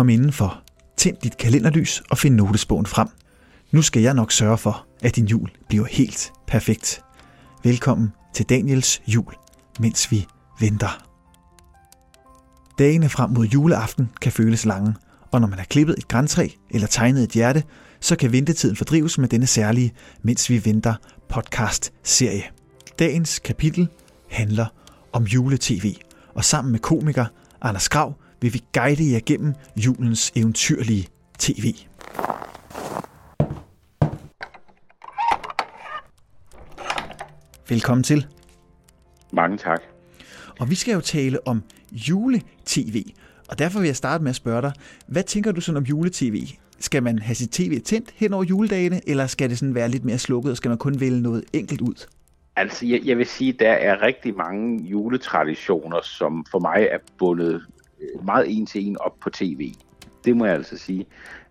Kom indenfor, tænd dit kalenderlys og find notesbogen frem. Nu skal jeg nok sørge for, at din jul bliver helt perfekt. Velkommen til Daniels jul, mens vi venter. Dagene frem mod juleaften kan føles lange, og når man har klippet et grantræ eller tegnet et hjerte, så kan ventetiden fordrives med denne særlige Mens vi venter podcast-serie. Dagens kapitel handler om juletv, og sammen med komiker Anders Krag vil vi guide jer gennem julens eventyrlige tv. Velkommen til. Mange tak. Og vi skal jo tale om juletv, og derfor vil jeg starte med at spørge dig, hvad tænker du sådan om juletv? Skal man have sit tv tændt hen over juledagene, eller skal det sådan være lidt mere slukket, og skal man kun vælge noget enkelt ud? Altså, jeg vil sige, at der er rigtig mange juletraditioner, som for mig er bundet meget en til en op på tv. Det må jeg altså sige.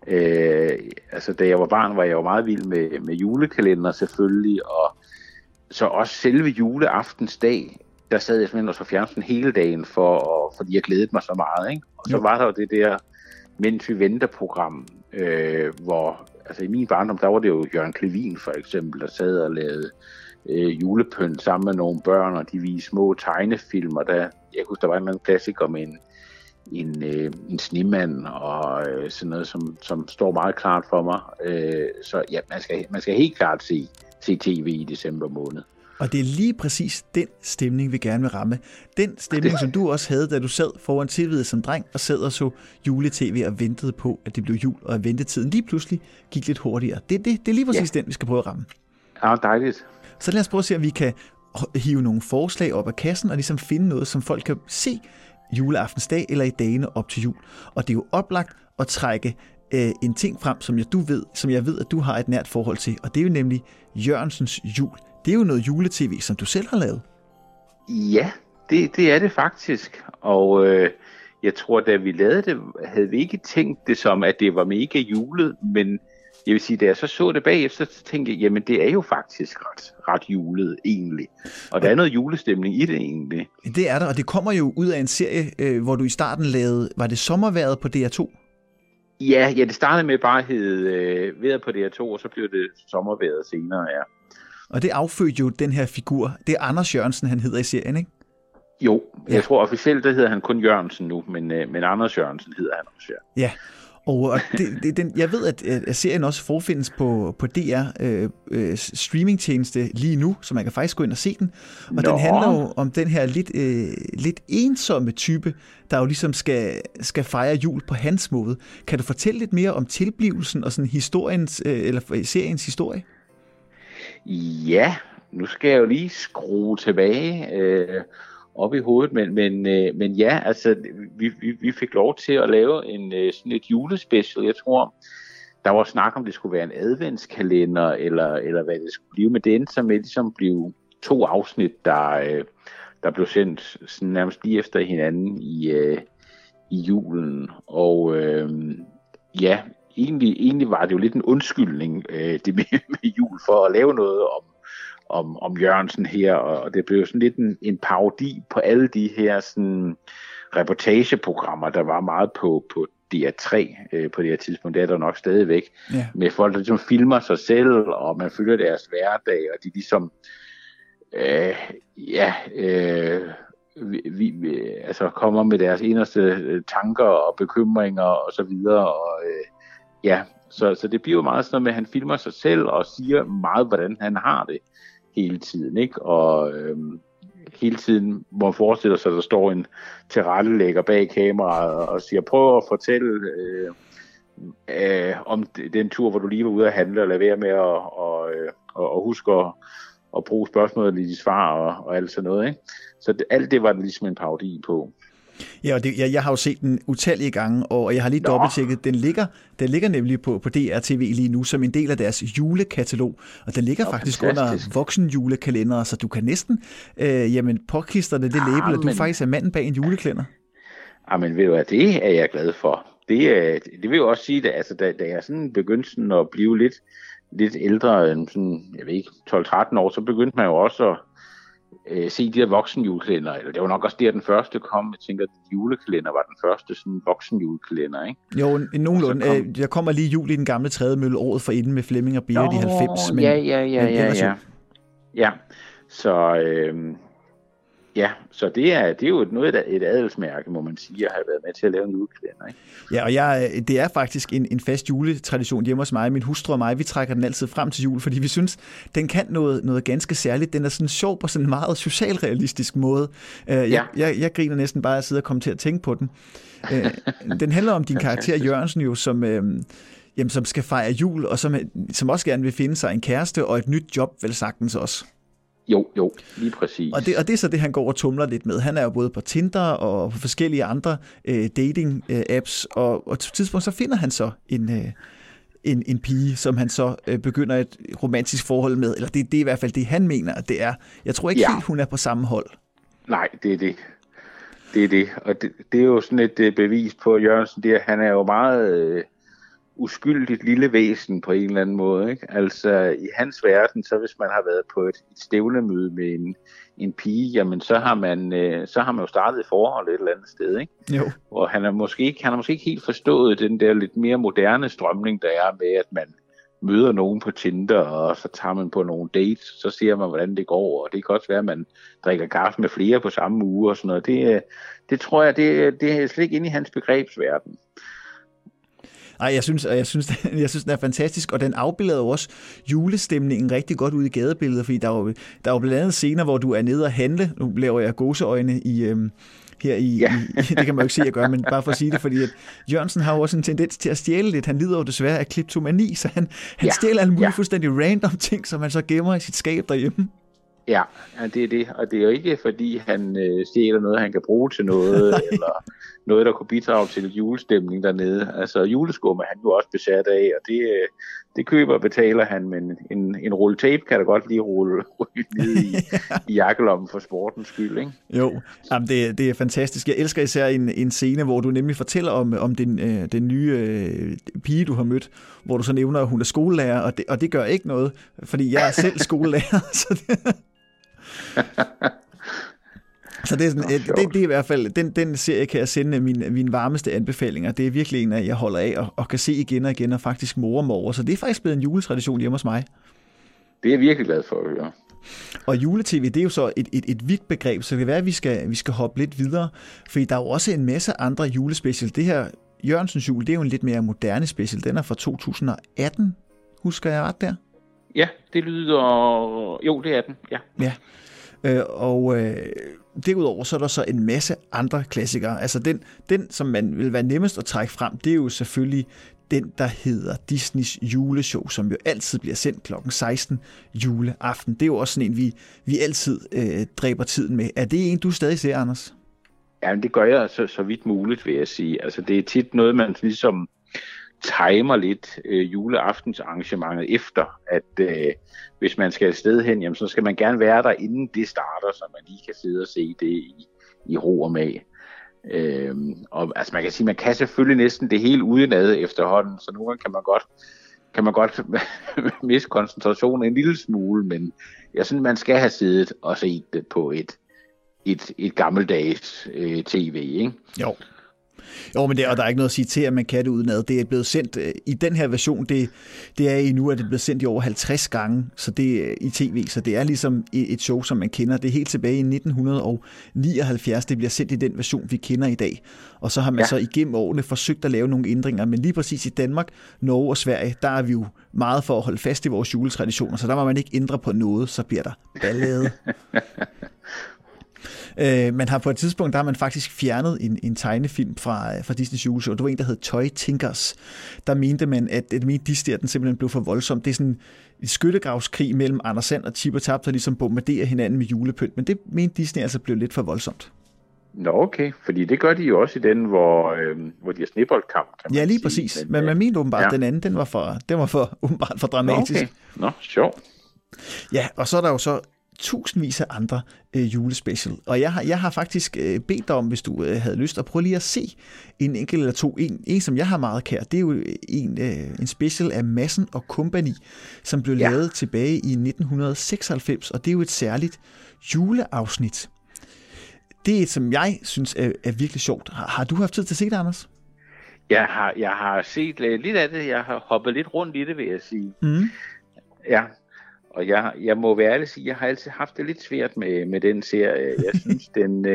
Altså, da jeg var barn, var jeg jo meget vild med julekalender selvfølgelig, og så også selve juleaftensdag, der sad jeg simpelthen og så fjernsyn hele dagen, fordi jeg glædede mig så meget, ikke? Og så var der jo det der Mens vi venter-program, hvor, altså i min barndom, der var det jo Jørgen Clevin for eksempel, der sad og lavede julepynt sammen med nogle børn, og de viste små tegnefilm, og jeg husker, der var en eller anden klassiker med en snemand, og sådan noget, som står meget klart for mig. Så ja, man skal helt klart se tv i december måned. Og det er lige præcis den stemning, vi gerne vil ramme. Den stemning, som du også havde, da du sad foran tv'et som dreng og sad og så juletv og ventede på, at det blev jul, og at ventetiden lige pludselig gik lidt hurtigere. Det er lige præcis den, vi skal prøve at ramme. Ja, dejligt. Så lad os prøve at se, om vi kan hive nogle forslag op af kassen og ligesom finde noget, som folk kan se juleaftensdag eller i dagene op til jul. Og det er jo oplagt at trække en ting frem, som jeg ved, at du har et nært forhold til, og det er jo nemlig Jørgensens jul. Det er jo noget juletv, som du selv har lavet. Ja, det er det faktisk. Og jeg tror, da vi lavede det, havde vi ikke tænkt det som, at det var mega julet. Men jeg vil sige, da jeg så det bagefter, så tænkte jeg, jamen det er jo faktisk ret julet egentlig. Og der er noget julestemning i det egentlig. Det er der, og det kommer jo ud af en serie, hvor du i starten lavede, var det Sommervejret på DR2? Ja, det startede med bare at hedde Vejret på DR2, og så blev det Sommervejret senere, ja. Og det affødte jo den her figur. Det er Anders Jørgensen, han hedder i serien, ikke? Jo, jeg tror officielt, der hedder han kun Jørgensen nu, men Anders Jørgensen hedder han også, ja. Ja, og jeg ved, at serien også forfindes på DR streamingtjeneste lige nu, så man kan faktisk gå ind og se den. Og den handler jo om den her lidt ensomme type, der jo ligesom skal fejre jul på hans måde. Kan du fortælle lidt mere om tilblivelsen og sådan seriens historie? Ja, nu skal jeg jo lige skrue tilbage op i hovedet, men ja, altså vi fik lov til at lave sådan et julespecial. Jeg tror, der var snak om, det skulle være en adventskalender, eller hvad det skulle blive, men det endte så med, ligesom blev 2 afsnit, der blev sendt sådan nærmest lige efter hinanden i julen, og ja, Egentlig var det jo lidt en undskyldning, det med jul, for at lave noget om Jørgensen her, og det blev sådan lidt en parodi på alle de her sådan reportageprogrammer, der var meget på DR3 på det her tidspunkt. Det er der nok stadigvæk, med folk, der ligesom filmer sig selv, og man følger deres hverdag, og de ligesom altså kommer med deres inderste tanker og bekymringer og så videre, og ja, så det bliver jo meget sådan noget med, at han filmer sig selv og siger meget, hvordan han har det hele tiden, ikke? Og hele tiden må man forestille sig, at der står en tilrettelægger bag kameraet og siger, prøv at fortælle om den tur, hvor du lige var ude at handle, og lade være med at huske at bruge spørgsmålet i de svar og alt sådan noget, ikke? Så alt det var ligesom en parodi på. Ja, og jeg har jo set den utallige gange, og jeg har lige dobbelttjekket. Den ligger nemlig på DR-TV lige nu som en del af deres julekatalog, og den ligger faktisk fantastisk under voksenjulekalender, så du kan næsten påklister det label, at du faktisk er manden bag en juleklænder. Jamen ved du hvad, det er jeg glad for. Det vil jo også sige, at altså, da jeg sådan begyndte sådan at blive lidt ældre end sådan, jeg ved ikke, 12-13 år, så begyndte man jo også se de der voksenjulekalender, eller det var nok også der, den første kom. Jeg tænker, at julekalender var den første sådan voksenjulekalender, ikke? Jo, nogenlunde. Jeg kommer lige jul i den gamle trædemølle året for inden med Flemming og Berit i 90. Men, ja. Så, så det er jo noget af et adelsmærke, må man sige, at have været med til at lave en julekalender, ikke? Ja, og det er faktisk en fast juletradition hjemme hos mig. Min hustru og mig, vi trækker den altid frem til jul, fordi vi synes, den kan noget ganske særligt. Den er sådan sjov på sådan en meget socialrealistisk måde. Jeg griner næsten bare at sidde og komme til at tænke på den. Den handler om din karakter Jørgensen jo, som skal fejre jul, og som også gerne vil finde sig en kæreste og et nyt job, vel sagtens også. Jo, lige præcis. Og det er så det, han går og tumler lidt med. Han er jo både på Tinder og på forskellige andre dating-apps, og til et tidspunkt så finder han så en pige, som han så begynder et romantisk forhold med, eller det er i hvert fald det, han mener, at det er. Jeg tror ikke helt, hun er på samme hold. Nej, det er det. Det er det, og det er jo sådan et bevis på Jørgensen, det er, han er jo meget uskyldigt lille væsen på en eller anden måde, ikke? Altså i hans verden, så hvis man har været på et stævnemøde med en pige, jamen så har man jo startet et forhold et eller andet sted, ikke? Jo. Og han har måske ikke helt forstået den der lidt mere moderne strømning, der er med, at man møder nogen på Tinder, og så tager man på nogle dates, så ser man, hvordan det går, og det kan også være, at man drikker kaffe med flere på samme uge og sådan noget. Det tror jeg, det er slet ikke inde i hans begrebsverden. Ej, jeg synes, den er fantastisk, og den afbilder jo også julestemningen rigtig godt ud i gadebilledet, fordi der er jo blandt andet scener, hvor du er nede og handle. Nu laver jeg gåseøjne det kan man jo ikke se, at gøre, men bare for at sige det, fordi at Jørgensen har jo også en tendens til at stjæle lidt. Han lider jo desværre af kleptomani, så han stjæler alle mulige fuldstændig random ting, som han så gemmer i sit skab derhjemme. Ja, det er det, og det er jo ikke, fordi han stjæler noget, han kan bruge til noget, eller noget, der kunne bidrage til julestemning dernede. Altså juleskum er han jo også besat af, og det køber og betaler han, men en rulle tape kan da godt lige rulle ned i jakkelommen for sportens skyld, ikke? Jo, jamen det er fantastisk. Jeg elsker især en scene, hvor du nemlig fortæller om den nye pige, du har mødt, hvor du så nævner, at hun er skolelærer, og det gør ikke noget, fordi jeg er selv skolelærer, så det er sådan, det er i hvert fald, den serie kan jeg sende mine varmeste anbefalinger. Det er virkelig en af, jeg holder af og kan se igen og igen og faktisk more mig over. Så det er faktisk blevet en juletradition hjemme hos mig. Det er jeg virkelig glad for at høre. Og juletv, det er jo så et vidt begreb, så det kan være, at vi skal hoppe lidt videre, fordi der er jo også en masse andre julespecial. Det her Jørgensens jul, det er jo en lidt mere moderne special. Den er fra 2018, husker jeg ret der? Ja, det lyder... Jo, det er den, ja. Ja. Derudover så er der så en masse andre klassikere. Altså den, som man vil være nemmest at trække frem, det er jo selvfølgelig den, der hedder Disneys juleshow, som jo altid bliver sendt kl. 16 juleaften. Det er jo også sådan en, vi altid dræber tiden med. Er det en, du stadig ser, Anders? Ja, det gør jeg så vidt muligt, vil jeg sige. Altså det er tit noget, man ligesom timer lidt juleaftens arrangementet efter, at hvis man skal et sted hen, jamen, så skal man gerne være der, inden det starter, så man lige kan sidde og se det i ro og mag. Og altså man kan sige, man kan selvfølgelig næsten det hele udenad efterhånden, så nogle gange kan man godt miste koncentrationen en lille smule, men jeg synes, man skal have siddet og set det på et gammeldags tv, ikke? Jo, men der er ikke noget at sige til, at man kan det udenad. Det er blevet sendt i den her version, det er i nu, at det er blevet sendt i over 50 gange så det er i tv, så det er ligesom et show, som man kender. Det er helt tilbage i 1979, det bliver sendt i den version, vi kender i dag. Og så har man så igennem årene forsøgt at lave nogle ændringer, men lige præcis i Danmark, Norge og Sverige, der er vi jo meget for at holde fast i vores juletraditioner, så der må man ikke ændre på noget, så bliver der ballade. Man har på et tidspunkt, der har man faktisk fjernet en tegnefilm fra Disneys juleshow. Det var en, der hed Toy Tinkers. Der mente man, at Disney, den simpelthen blev for voldsom. Det er sådan en skyttegravskrig mellem Anders Sand og Chip og Chap, der ligesom bombarderer hinanden med julepynt. Men det mente Disney altså blev lidt for voldsomt. Nå, okay. Fordi det gør de jo også i den, hvor de har sneboldkamp. Ja, lige præcis. Men man mente åbenbart, den anden, den var for åbenbart for dramatisk. Okay. Nå, sjovt. Ja, og så er der jo så tusindvis af andre julespecial. Og jeg har faktisk bedt dig om, hvis du havde lyst, at prøve lige at se en enkelt eller to. En som jeg har meget kær, det er jo en special af Madsen og Company, som blev lavet tilbage i 1996, og det er jo et særligt juleafsnit. Det er et, som jeg synes er virkelig sjovt. Har du haft tid til at se det, Anders? Jeg har set lidt af det. Jeg har hoppet lidt rundt i det, vil jeg sige. Mm. Ja, og jeg må være ærlig at sige, at jeg har altid haft det lidt svært med den serie. Jeg synes,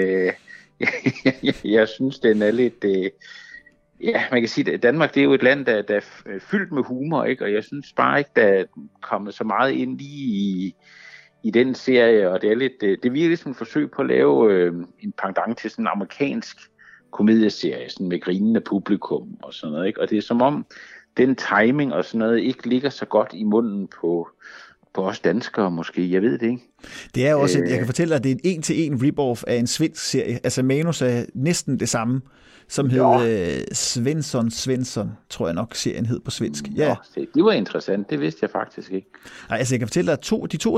jeg synes, den er lidt... man kan sige, at Danmark, det er jo et land, der er fyldt med humor, ikke? Og jeg synes bare ikke, der er kommet så meget ind i den serie, og det er lidt... Det virker ligesom et forsøg på at lave en pendant til sådan en amerikansk komedieserie, sådan med grinende publikum og sådan noget, ikke? Og det er som om, den timing og sådan noget ikke ligger så godt i munden på os danskere måske, jeg ved det ikke. Det er også, jeg kan fortælle dig, at det er en 1-til-1 rip-off af en svensk serie. Altså manus er næsten det samme, som hed Svensson, tror jeg nok serien hed på svensk. Ja. Det var interessant, det vidste jeg faktisk ikke. Nej, altså jeg kan fortælle dig, at de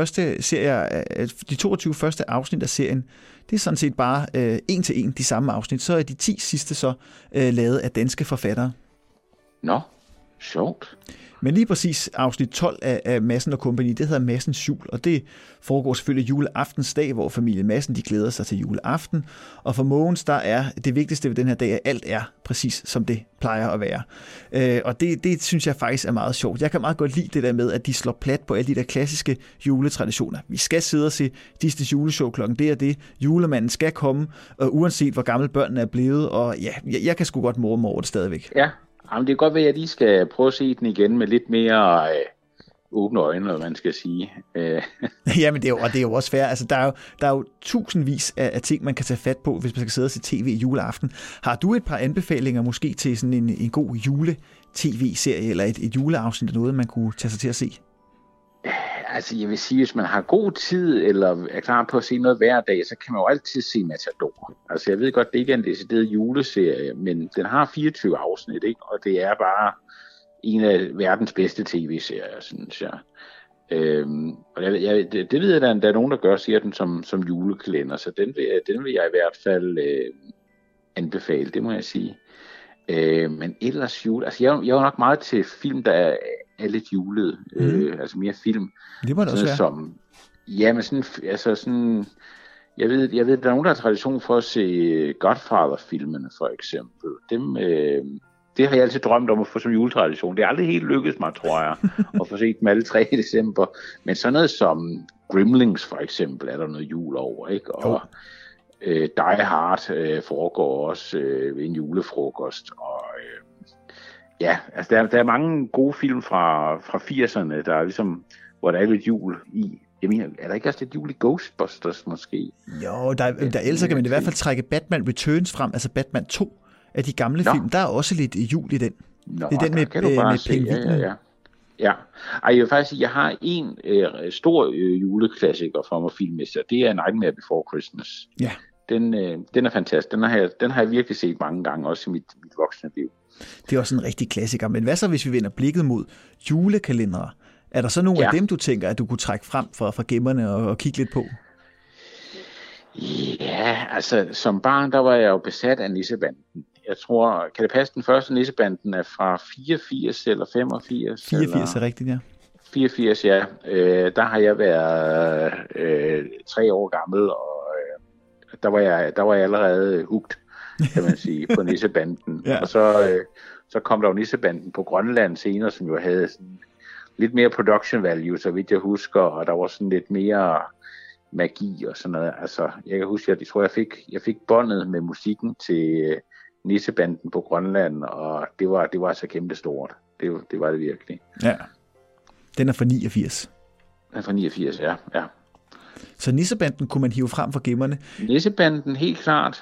22 første afsnit af serien, det er sådan set bare 1-til-1 de samme afsnit. Så er de 10 sidste så lavet af danske forfattere. Nå, sjovt. Men lige præcis afsnit 12 af Madsen og Company, det hedder Madsens jul, og det foregår selvfølgelig juleaftensdag, hvor familien Madsen, de glæder sig til juleaften. Og for Mogens, der er det vigtigste ved den her dag, at alt er præcis som det plejer at være. Og det synes jeg faktisk er meget sjovt. Jeg kan meget godt lide det der med, at de slår plat på alle de der klassiske juletraditioner. Vi skal sidde og se Disney's juleshow klokken det og det. Julemanden skal komme, uanset hvor gammel børnene er blevet. Og ja, jeg kan sgu godt morre mig over det stadigvæk. Ja. Jamen, det er godt ved, at jeg lige skal prøve at se den igen med lidt mere åbne øjne, hvad man skal sige. Jamen, det er jo også fair. Altså, der er jo tusindvis af ting, man kan tage fat på, hvis man skal sidde og se tv i juleaften. Har du et par anbefalinger måske til sådan en god jule-tv-serie, eller et juleafsnit eller noget, man kunne tage sig til at se? Altså, jeg vil sige, hvis man har god tid, eller er klar på at se noget hver dag, så kan man jo altid se Matador. Altså, jeg ved godt, det ikke er en decideret juleserie, men den har 24 afsnit, ikke? Og det er bare en af verdens bedste tv-serier, synes jeg. Og det ved jeg, der er nogen, der siger den som julekalender, så den vil jeg i hvert fald anbefale, det må jeg sige. Men ellers altså jeg er jo nok meget til film, der er lidt julet, altså mere film. Det må det også være. Som, ja, men sådan, altså sådan, jeg ved, der er nogen, der har tradition for at se Godfather-filmene, for eksempel. Det har jeg altid drømt om at få som juletradition. Det er aldrig helt lykkedes mig, tror jeg, at få set dem alle 3 i december. Men sådan noget som Gremlins, for eksempel, er der noget jul over, ikke? Og Die Hard foregår også ved en julefrokost, og ja, altså der er mange gode film fra 80'erne, der er ligesom, hvor der er lidt jul i. Jeg mener, er der ikke også lidt jul i Ghostbusters måske? Jo, der ellers kan man i hvert fald trække Batman Returns frem, altså Batman 2 af de gamle film. Der er også lidt jul i den. Nå, det er den med pingvinen. Ja. Jeg vil faktisk sige, jeg har en stor juleklassiker fra mig filmmæssigt, og det er Nightmare Before Christmas. Ja. Den er fantastisk. Den har jeg virkelig set mange gange, også i mit voksne liv. Det er også en rigtig klassiker. Men hvad så, hvis vi vender blikket mod julekalendere? Er der så nogle af dem, du tænker, at du kunne trække frem fra gemmerne og kigge lidt på? Ja, altså som barn, der var jeg jo besat af Nissebanden. Jeg tror, kan det passe, den første Nissebanden er fra 84 eller 85? 84 er rigtigt, ja. 84, ja. Der har jeg været 3 år gammel, og der var jeg allerede hugt, kan man sige, på Nissebanden. Ja. Og så kom der jo Nissebanden på Grønland senere, som jo havde sådan lidt mere production value, så vidt jeg husker, og der var sådan lidt mere magi og sådan noget. Altså, jeg kan huske, jeg fik båndet med musikken til Nissebanden på Grønland, og det var altså kæmpe stort. Det var det virkelig. Ja. Den er fra 89. Den er fra 89, ja. Så Nissebanden kunne man hive frem fra gemmerne? Nissebanden, helt klart.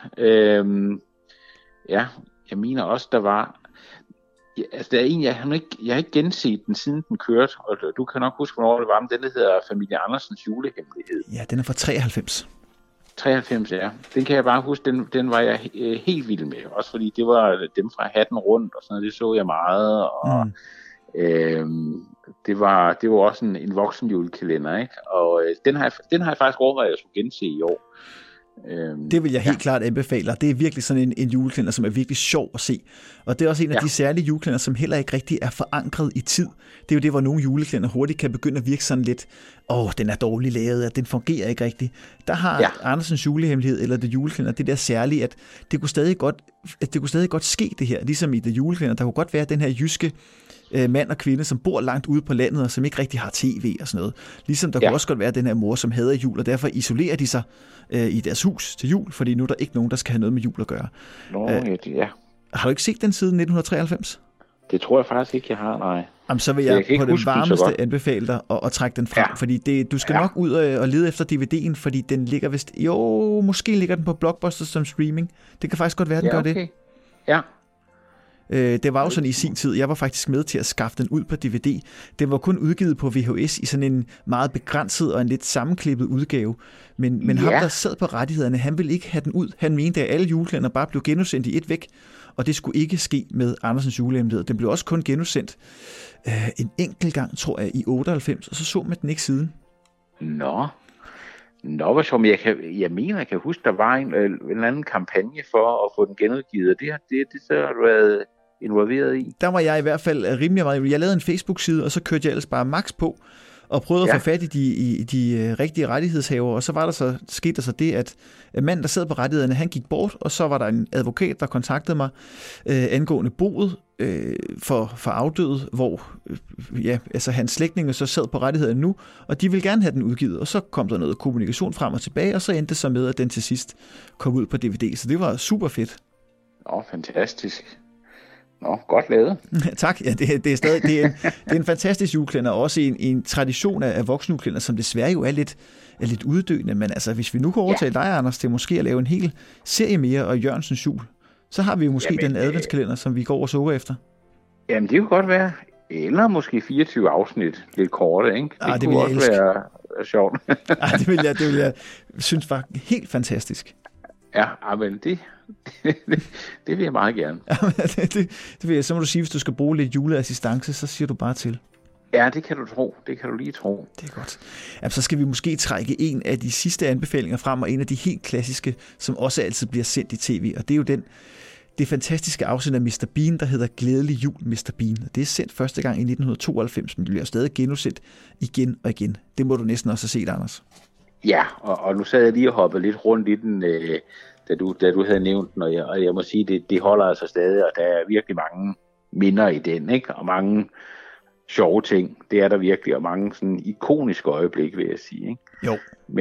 Ja, jeg mener også, der var... Ja, altså, der er en, jeg har ikke genset den, siden den kørte, og du kan nok huske, hvornår det var, men den hedder Familie Andersens julehemmelighed. Ja, den er fra 93. 93, ja. Den kan jeg bare huske, den var jeg helt vild med, også fordi det var dem fra Hatten Rundt, og sådan noget, det så jeg meget, og det var også en voksen julekalender, ikke? Og den har jeg faktisk overvejet, at jeg skulle gense i år. Det vil jeg helt klart anbefale, og det er virkelig sådan en julekalender, som er virkelig sjov at se. Og det er også en af de særlige julekalender, som heller ikke rigtig er forankret i tid. Det er jo det, hvor nogle julekalender hurtigt kan begynde at virke sådan lidt, den er dårligt lavet, at den fungerer ikke rigtigt. Der har Andersens julehemmelighed, eller det julekalender, det der særlige, at det kunne stadig godt ske det her, ligesom i det julekalender. Der kunne godt være den her jyske mand og kvinde, som bor langt ude på landet, og som ikke rigtig har tv og sådan noget. Ligesom der kunne også godt være den her mor, som hader jul, og derfor isolerer de sig i deres hus til jul, fordi nu er der ikke nogen, der skal have noget med jul at gøre. Har du ikke set den siden 1993? Det tror jeg faktisk ikke, jeg har, nej. Jamen, så vil jeg på det varmeste anbefale dig at trække den frem, fordi du skal nok ud og lede efter DVD'en, fordi den ligger vist... måske ligger den på Blockbuster som streaming. Det kan faktisk godt være, den gør det. Ja. Det var jo sådan i sin tid. Jeg var faktisk med til at skaffe den ud på DVD. Den var kun udgivet på VHS i sådan en meget begrænset og en lidt sammenklippet udgave. Men ham, der sad på rettighederne, han ville ikke have den ud. Han mente, at alle julekalender bare blev genudsendt i et væk, og det skulle ikke ske med Andersens julehemmelighed. Den blev også kun genudsendt en enkelt gang, tror jeg, i 98, og så man den ikke siden. Nå, hvor sjovt. Jeg mener, jeg kan huske, der var en eller anden kampagne for at få den genudgivet, og det så har du været involveret i. Der var jeg i hvert fald rimelig meget. Jeg lavede en Facebook-side, og så kørte jeg ellers bare max på, og prøvede at få fat i de rigtige rettighedshavere, og så skete der så det, at manden, der sad på rettighederne, han gik bort, og så var der en advokat, der kontaktede mig angående boet for afdøde, hvor hans slægtninge så sad på rettighederne nu, og de ville gerne have den udgivet, og så kom der noget kommunikation frem og tilbage, og så endte det så med, at den til sidst kom ud på DVD, så det var super fedt. Fantastisk. Godt lavet. Tak. Ja, det er stadig det er en fantastisk julekalender, og også en tradition af voksenjulekalender, som desværre jo er lidt uddøende, men altså hvis vi nu kan overtale dig, Anders, til måske at lave en hel serie mere og Jørgensens jul, så har vi jo måske den adventskalender, som vi går og sukker efter. Jamen det kunne godt være, eller måske 24 afsnit, lidt korte, ikke? Det kunne også være sjovt. Det vil jeg synes var helt fantastisk. Ja, men det vil jeg meget gerne. Det vil jeg. Så må du sige, hvis du skal bruge lidt juleassistance, så siger du bare til. Ja, det kan du tro. Det kan du lige tro. Det er godt. Jamen, så skal vi måske trække en af de sidste anbefalinger frem, og en af de helt klassiske, som også altid bliver sendt i tv, og det er jo det fantastiske afsnit af Mr. Bean, der hedder Glædelig Jul, Mr. Bean. Det er sendt første gang i 1992, men det bliver stadig genudsendt igen og igen. Det må du næsten også have set, Anders. Ja, og nu sad jeg lige og hoppede lidt rundt i den, da du havde nævnt den, og jeg må sige, det holder altså stadig, og der er virkelig mange minder i den, ikke? Og mange sjove ting, det er der virkelig, og mange sådan ikoniske øjeblik, vil jeg sige, ikke? Jo.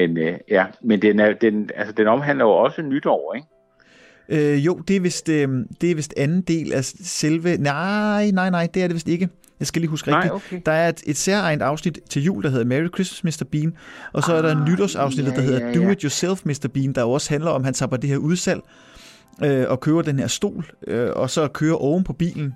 Men den omhandler jo også nytår, ikke? Jo, det er vist anden del af selve... Nej, det er det vist ikke. Jeg skal lige huske rigtigt. Okay. Der er et særegent afsnit til jul, der hedder Merry Christmas, Mr. Bean, og så er der en nytårsafsnit, der hedder Do It Yourself, Mr. Bean, der også handler om, at han tager på det her udsalg og køber den her stol, og så kører oven på bilen.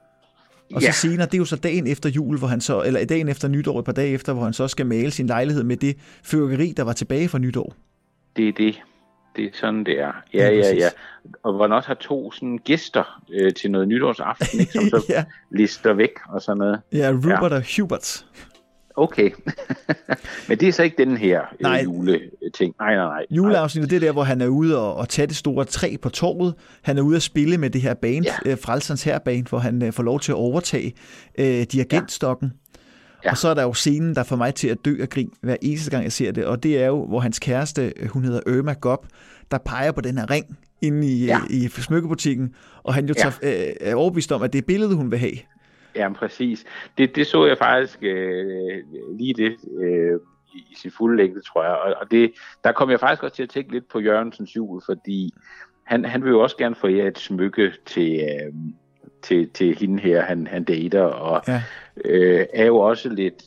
Og så senere, det er jo så dagen efter jul, hvor han så, eller dagen efter nytår, et par dage efter, hvor han så skal male sin lejlighed med det fyrværkeri, der var tilbage fra nytår. Det er det. Det er sådan, det er. Ja. Og hvor han også har 2 sådan gæster til noget nytårsaften, ikke? Som så lister væk og sådan noget. Ja, Rupert og Hubert. Okay. Men det er så ikke den her juleting. Nej. Juleafsnittet, det er der, hvor han er ude og tage det store træ på torvet. Han er ude at spille med det her band, Frelsens Hærband, hvor han får lov til at overtage dirigentstokken. Ja. Og så er der jo scenen, der får mig til at dø af grin hver eneste gang, jeg ser det. Og det er jo, hvor hans kæreste, hun hedder Irma Gobb, der peger på den her ring inde i smykkebutikken. Og han jo er overbevist om, at det er billedet, hun vil have. Ja, præcis. Det så jeg faktisk lige det i sin fulde længde, tror jeg. Og der kom jeg faktisk også til at tænke lidt på Jørgensens jul, fordi han vil jo også gerne få jer et smykke til hende her, han dater, og er jo også lidt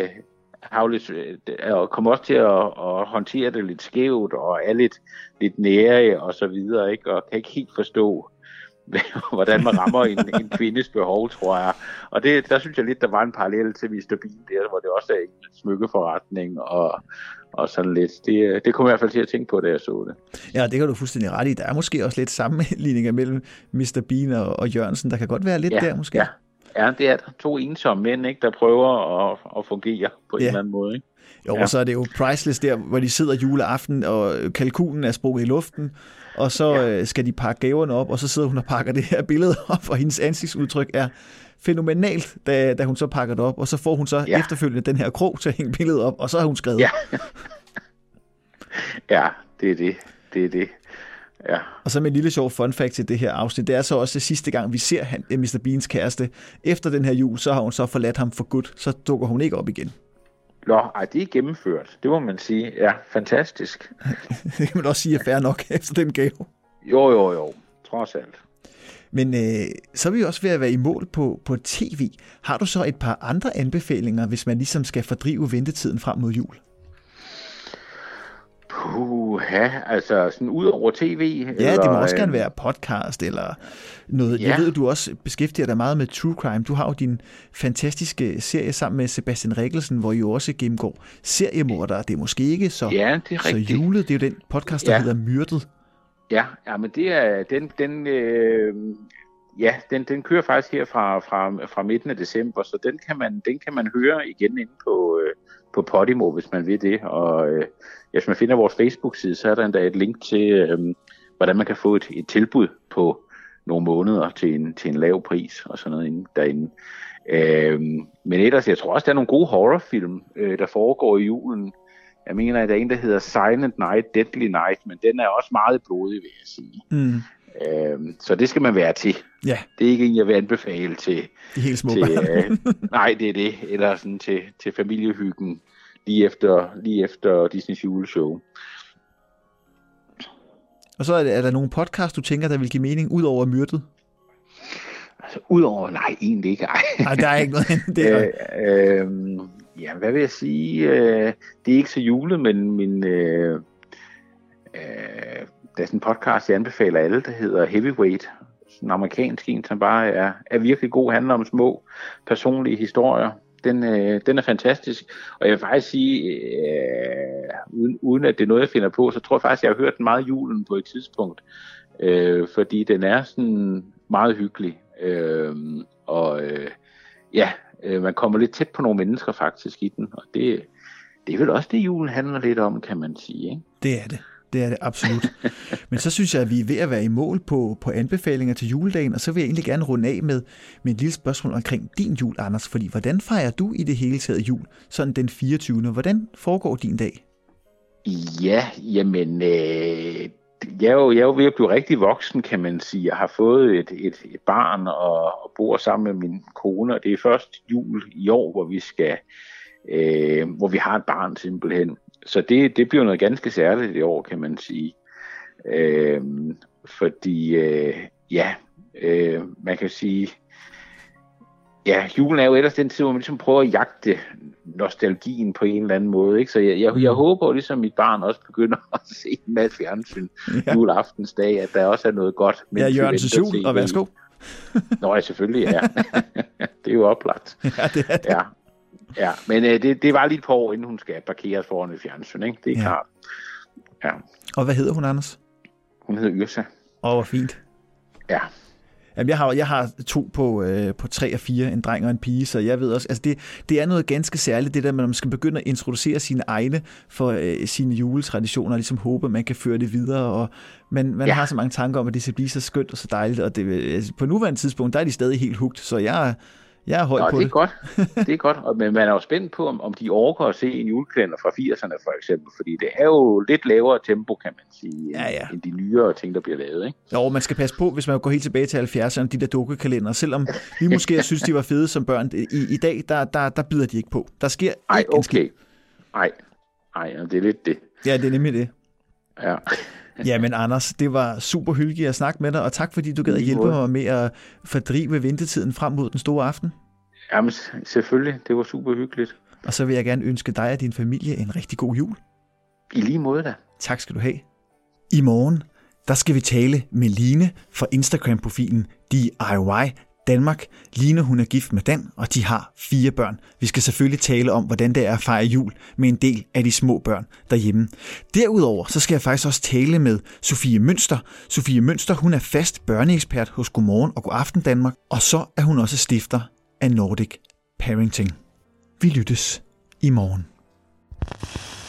og kommer også til at håndtere det lidt skævt, og er lidt nære og så videre, ikke? Og kan ikke helt forstå, hvordan man rammer en kvindes behov, tror jeg. Og der synes jeg lidt, der var en parallel til Mr. Bean der, hvor det også er en smykkeforretning og sådan lidt. Det kom jeg i hvert fald til at tænke på, da jeg så det. Ja, det kan du fuldstændig ret i. Der er måske også lidt sammenligninger mellem Mr. Bean og Jørgensen. Der kan godt være lidt der måske. Ja, det er der 2 ensomme mænd, ikke, der prøver at fungere på en eller anden måde. Ikke? Jo, og så er det jo Priceless der, hvor de sidder juleaften, og kalkunen er sprunget i luften, og så skal de pakke gaverne op, og så sidder hun og pakker det her billede op, og hendes ansigtsudtryk er fænomenalt, da hun så pakker det op, og så får hun så efterfølgende den her krog til at hænge billedet op, og så har hun skrevet. Ja, ja, det er det. Ja. Og så med en lille sjov fun fact til det her afsnit, det er så også det sidste gang, vi ser Mr. Beans kæreste. Efter den her jul, så har hun så forladt ham for godt, så dukker hun ikke op igen. Det er gennemført, det må man sige. Ja, fantastisk. Det kan man også sige er fair nok efter den gave. Jo, trods alt. Men så er vi også ved at være i mål på tv. Har du så et par andre anbefalinger, hvis man ligesom skal fordrive ventetiden frem mod jul? Altså sådan ud over tv? Ja, eller, det må også gerne være podcast eller noget. Ja. Jeg ved, du også beskæftiger dig meget med true crime. Du har jo din fantastiske serie sammen med Sebastian Rikkelsen, hvor I jo også gennemgår seriemordere. Det er måske ikke så julet. Det er jo den podcast, der hedder Myrdet. Ja, men det er den kører faktisk her fra midten af december, så den kan man høre igen inde på Podimo, hvis man vil det. Og hvis man finder vores Facebook-side, så er der endda et link til, hvordan man kan få et tilbud på nogle måneder til en lav pris og sådan noget derinde. Men ellers, jeg tror også, der er nogle gode horrorfilm, der foregår i julen. Jeg mener, at der er en, der hedder Silent Night, Deadly Night, men den er også meget blodig, vil jeg sige. Så det skal man være til. Ja. Det er ikke en, jeg vil anbefale til... De helt små børn. Nej, det er det. Eller sådan til familiehyggen lige efter Disneys juleshow. Og så er der nogle podcast, du tænker, der vil give mening, ud over Myrdet? Altså, udover... Nej, egentlig ikke. Nej, der er ikke noget andet der. Ja, hvad vil jeg sige? Det er ikke så julet, men der er sådan en podcast, jeg anbefaler alle, der hedder Heavyweight. En amerikansk en, som bare er virkelig god, handler om små personlige historier. Den er fantastisk, og jeg vil faktisk sige, uden at det er noget, jeg finder på, så tror jeg faktisk, jeg har hørt den meget julen på et tidspunkt, fordi den er sådan meget hyggelig, man kommer lidt tæt på nogle mennesker faktisk i den, og det er vel også det, julen handler lidt om, kan man sige, ikke? Det er det. Det er det absolut. Men så synes jeg, at vi er ved at være i mål på anbefalinger til juledagen, og så vil jeg egentlig gerne runde af med et lille spørgsmål omkring din jul, Anders. Fordi hvordan fejrer du i det hele taget jul, sådan den 24. Hvordan foregår din dag? Ja, jamen, jeg er jo ved at blive rigtig voksen, kan man sige. Jeg har fået et barn og bor sammen med min kone, og det er først jul i år, hvor vi har et barn simpelthen. Så det bliver noget ganske særligt i år, kan man sige. Fordi, man kan sige, julen er jo ellers den tid, hvor man ligesom prøver at jagte nostalgien på en eller anden måde. Ikke? Så jeg håber ligesom mit barn også begynder at se en masse fjernsyn juleaftensdag, at der også er noget godt. Ja, Jørgensens jul, og værsgo. Nå, ja, selvfølgelig, ja. Det er jo oplagt. Ja, det er det. Ja, men det var lige et par år, inden hun skal parkeres foran et fjernsyn, ikke? Det er klart. Ja. Og hvad hedder hun, Anders? Hun hedder Yrsa. Hvor fint. Ja. Jamen, jeg har 2 på 3 og 4, en dreng og en pige, så jeg ved også, altså det er noget ganske særligt, det der, man skal begynde at introducere sine egne for sine juletraditioner, og ligesom håbe, at man kan føre det videre, og man har så mange tanker om, at det skal blive så skønt og så dejligt, og altså, på nuværende tidspunkt, der er de stadig helt hugt, så jeg er højt på det. Det er godt. Det er godt, men man er jo spændt på, om de orker at se en julekalender fra 80'erne for eksempel, fordi det er jo lidt lavere tempo, kan man sige, end de nyere ting, der bliver lavet, ikke? Jo, man skal passe på, hvis man går helt tilbage til 70'erne, de der dukkekalender, selvom vi måske synes, de var fede som børn. I dag, der bider de ikke på. Der sker ikke en skid. Nej, det er lidt det. Ja, det er nemlig det. Ja. Jamen Anders, det var super hyggeligt at snakke med dig, og tak fordi du gad at hjælpe mig med at fordrive ventetiden frem mod den store aften. Jamen selvfølgelig, det var super hyggeligt. Og så vil jeg gerne ønske dig og din familie en rigtig god jul. I lige måde da. Tak skal du have. I morgen, der skal vi tale med Line fra Instagram-profilen DIY Danmark. Line, hun er gift med Dan, og de har 4 børn. Vi skal selvfølgelig tale om, hvordan det er at fejre jul med en del af de små børn derhjemme. Derudover, så skal jeg faktisk også tale med Sofie Mønster. Sofie Mønster, hun er fast børneekspert hos Godmorgen og Godaften Danmark, og så er hun også stifter af Nordic Parenting. Vi lyttes i morgen.